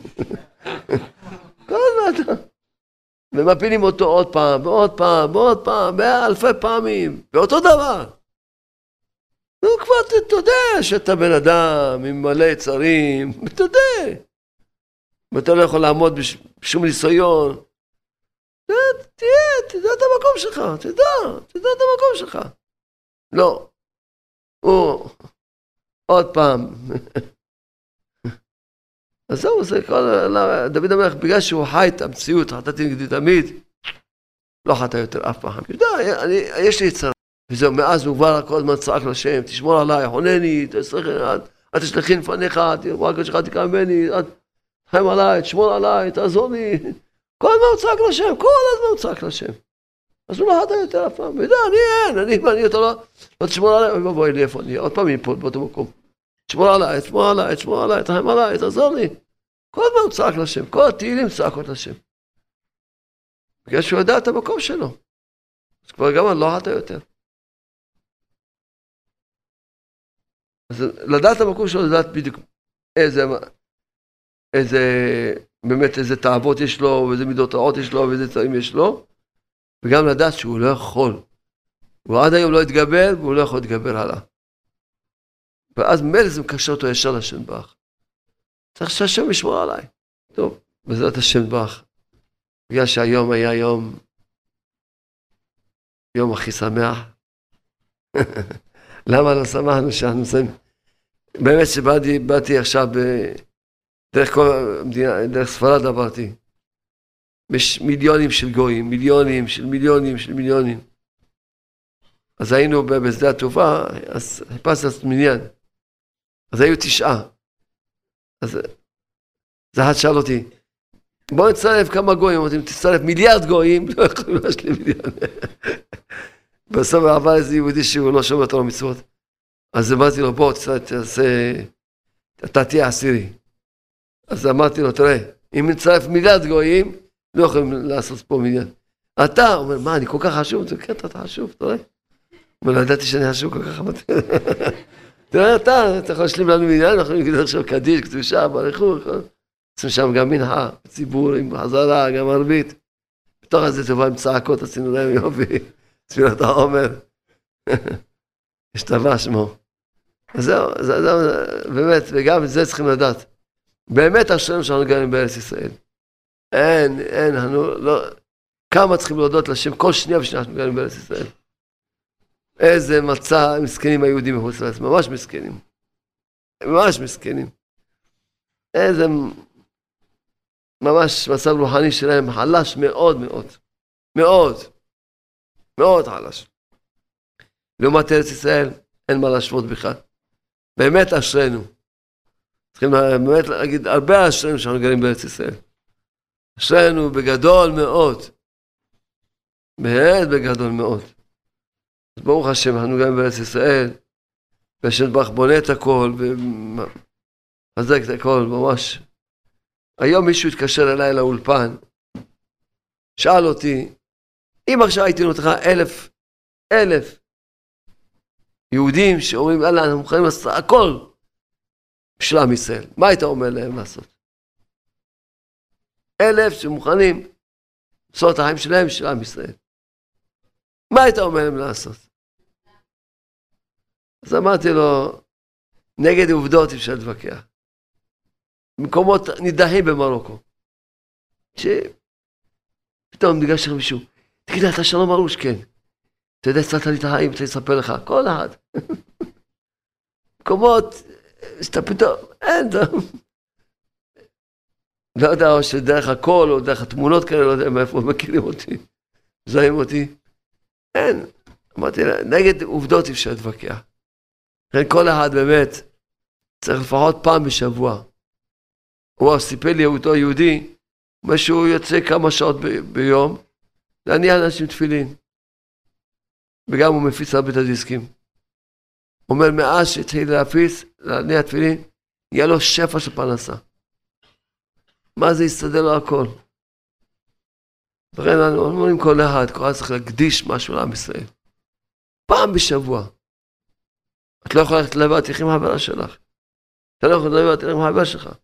כל הזמן. ומפילים אותו עוד פעם, ועוד פעם, ועוד פעם, באלפי פעמים, באותו דבר. נו, כבר תודה שאתה בן אדם עם מלא יצרים, תודה. ואתה לא יכול לעמוד בשום ניסיון. תדע את המקום שלך, תדע את המקום שלך. לא. הוא, עוד פעם. אז זהו, זה כל, דוד המלך, בגלל שהוא חי את המציאות, חטאתי נגדי תמיד, לא חטא יותר אף פעם. יודע, יש לי יצרה. וזהו, מאז הוא כבר כל הזמן צעק לשם, תשמור עליי, חונני, אל תשלחי לפניך, רק שלך תקרבני, תחם עליי, תשמור עליי, תעזור לי. כל הזמן הוא צעק לשם, כל הזמן הוא צעק לשם. אז הוא לא חטא יותר אף פעם. וידע, אני אתה לא תשמור עליי, אוי בואי לי איפה אני, עוד פעם אני פה באותו מקום. תשמור עליי, תחם עליי, תעזור לי. כל הזמן הוא צעק לשם, כל התהילים צעקות לשם. בגלל שהוא יודע את המקום שלו. אז כבר גם אני לא חטא יותר. אז לדעת המקום שלו, לדעת בדיוק איזה תאוות יש לו, ואיזה מידות רעות יש לו, ואיזה צעים יש לו, וגם לדעת שהוא לא יכול. הוא עד היום לא התגבר, והוא לא יכול להתגבר הלאה. ואז מילא זה מקשר אותו ישר לשם ברך. צריך שהשם ישמור עליי. טוב, בעזרת השם ברך. בגלל שהיום היה יום הכי שמח. למה לא שמחנו שאנחנו עושים? באמת שבאתי עכשיו דרך כל המדינה, דרך ספרד עברתי. יש מיליונים של גויים, מיליונים. אז היינו בשדה התעופה, אז חיפשנו את מניין. אז היו 9. אז זה אחד שאל אותי, בוא נצטרף כמה גויים, אמרתי, תצטרף 1,000,000,000 גויים, לא יכולים להשלים מיליון. בסוף עבר איזה יהודי שהוא לא שומע תורה ומצוות. אז אמרתי לו, בוא, אתה תהיה עשירי. אז אמרתי לו, תראה, אם נצטרף 1,000,000,000 גויים, לא יכולים לעשות פה מניין. אתה אומר, מה, אני כל כך חשוב? כן, אתה חשוב, תראה. אבל לא ידעתי שאני חשוב כל כך. תראה, אתה יכול להשלים לנו מניין, אנחנו יכולים להגיד עכשיו קדיש, קדושה, ברכות. עושים שם גם מנחה, ציבור עם חזרה, גם ערבית. בתוך הזה טובה עם צעקות, עשינו להם יופי. תפילת העומר. השתבח שמו. אז זהו, באמת, וגם את זה צריכים לדעת. באמת אשרינו שאנחנו גרים בארץ ישראל. אין, לא, כמה צריכים להודות לשם כל שנייה ושנייה שאנחנו גרים בארץ ישראל. איזה מצע מסכנים היהודים מחוץ לארץ, ממש מסכנים. איזה ממש מצב רוחני שלהם חלש מאוד חלש. לעומת ארץ ישראל אין מה להשוות בכלל. באמת אשרינו. צריכים באמת להגיד הרבה אשרינו שאנחנו גרים בארץ ישראל. אשרינו בגדול מאוד. באמת בגדול מאוד. אז ברוך השם, אנחנו גרים בארץ ישראל, והשם יתברך בונה את הכל, ומחזק את הכל, ממש. היום מישהו התקשר אליי לאולפן, שאל אותי, אם עכשיו הייתי נותן לך 1,000 יהודים שאומרים, יאללה, אנחנו מוכנים לעשות הכל בשביל עם ישראל, מה היית אומר להם לעשות? 1,000 שמוכנים למסור את החיים שלהם של עם ישראל. מה היית אומר להם לעשות? אז אמרתי לו, נגד עובדות אפשר להתווכח. מקומות נידחים במרוקו. שפתאום ניגש לך מישהו, תגיד, אתה שלום ארוש? כן. אתה יודע, הצלת לי את החיים, אתה אספר לך, כל אחד. מקומות, שאתה פתאום, אין דם. לא יודע, או שדרך הקול, או דרך התמונות כאלה, לא יודע מאיפה מכירים אותי, מזהים אותי. אין. אמרתי, נגד עובדות אפשר להתווכח. כל אחד באמת צריך לפחות פעם בשבוע. הוא סיפר לי אותו יהודי, מה שהוא יוצא כמה שעות ביום, להניע אנשים תפילין. וגם הוא מפיץ הרבה את הדיסקים. הוא אומר, מאז שהתחיל להפיץ, להניע תפילין, יהיה לו שפע של פרנסה. מה זה יסתדר לו הכל? לכן אנחנו אומרים כל אחד צריך להקדיש משהו לעם ישראל. פעם בשבוע. את לא יכולה ללכת לבד, תלכי עם החברה שלך. אתה לא יכול לבד, תלכי עם החברה שלך.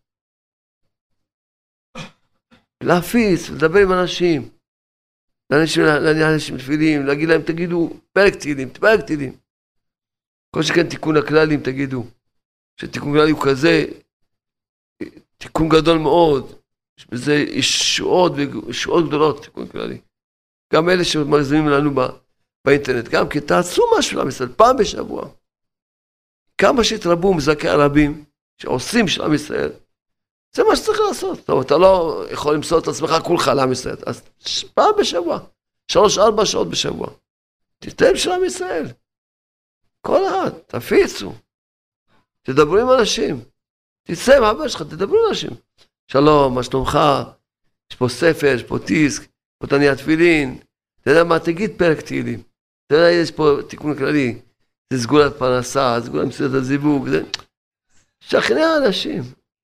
להפיץ, לדבר עם אנשים. לאנשים תפילים, להגיד להם, תגידו, פרק תהילים. כל שכן תיקון הכללים, תגידו. שתיקון כללי הוא כזה, תיקון גדול מאוד. יש בזה ישועות גדולות, תיקון כללי. גם אלה שמגזימים לנו באינטרנט, גם כי תעשו משהו לעם ישראל, פעם בשבוע. כמה שהתרבו מזכי הרבים, שעושים של עם ישראל, זה מה שצריך לעשות. טוב, אתה לא יכול למסור את עצמך כולך לעם ישראל, אז פעם בשבוע, 3-4 שעות בשבוע. תתן של עם ישראל. כל אחד, תפיצו. תדברו עם אנשים. תצא עם אבא שלך, תדברו עם אנשים. שלום, מה שלומך? יש פה ספר, יש פה דיסק, פה תניע תפילין. אתה יודע מה, תגיד פרק תהילים. אתה יודע, יש פה תיקון כללי. זה סגולת פרנסה, סגולת מסורת הזיווג. שכנע אנשים.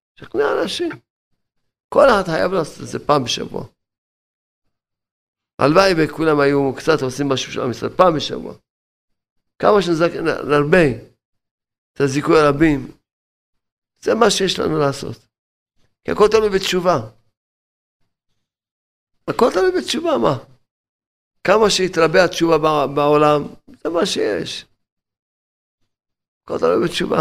כל אחד חייב לעשות את זה פעם בשבוע. הלוואי וכולם היו קצת עושים משהו של עם ישראל, פעם בשבוע. כמה שנרבה את הזיכוי הרבים, זה מה שיש לנו לעשות. כי הכל תלוי בתשובה. הכל תלוי בתשובה, מה? כמה שהתרבה התשובה בעולם, זה מה שיש. הכל תלוי בתשובה.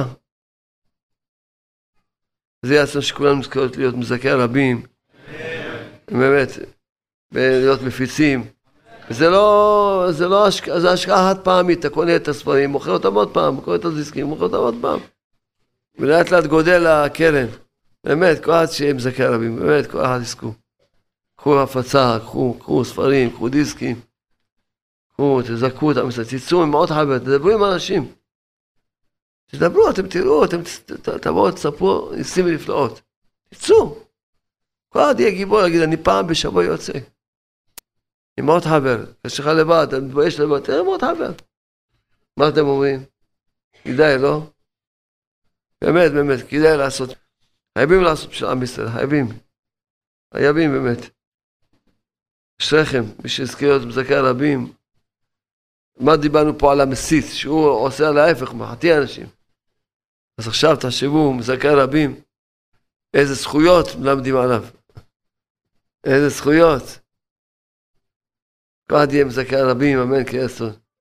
זה יעשה שכולנו נזכרות להיות מזכי הרבים, באמת, ולהיות מפיצים. זה השקעה חד פעמית, אתה קונה את הספרים, מוכר אותם עוד פעם, קונה את הדיסקים, מוכר אותם עוד פעם. ולאט לאט גודל הקרן. באמת, כל אחד שיהיה מזכי הרבים, באמת, כל אחד יזכו. קחו הפצה, קחו ספרים, קחו דיסקים, תזכו אותם, תצאו עם עוד חבר, תדברו עם אנשים. תדברו, אתם תראו, אתם תבואו, תספרו, ניסים ונפלאות. תצאו. כל אחד יהיה גיבור, להגיד, אני פעם בשבוע יוצא. עם עוד חבר, כשך לבד, אתה מתבייש לבד, תראה עם עוד חבר. מה אתם אומרים? כדאי, לא? באמת, כדאי לעשות. חייבים לעשות בשביל עם ישראל, חייבים באמת. אשריכם, מי שהזכיר להיות מזכי הרבים. מה דיברנו פה על המסית, שהוא עושה על ההפך, מחטיא אנשים. אז עכשיו תחשבו, מזכי הרבים, איזה זכויות מלמדים עליו. איזה זכויות. כל אחד יהיה מזכי הרבים, אמן, כי יסוד.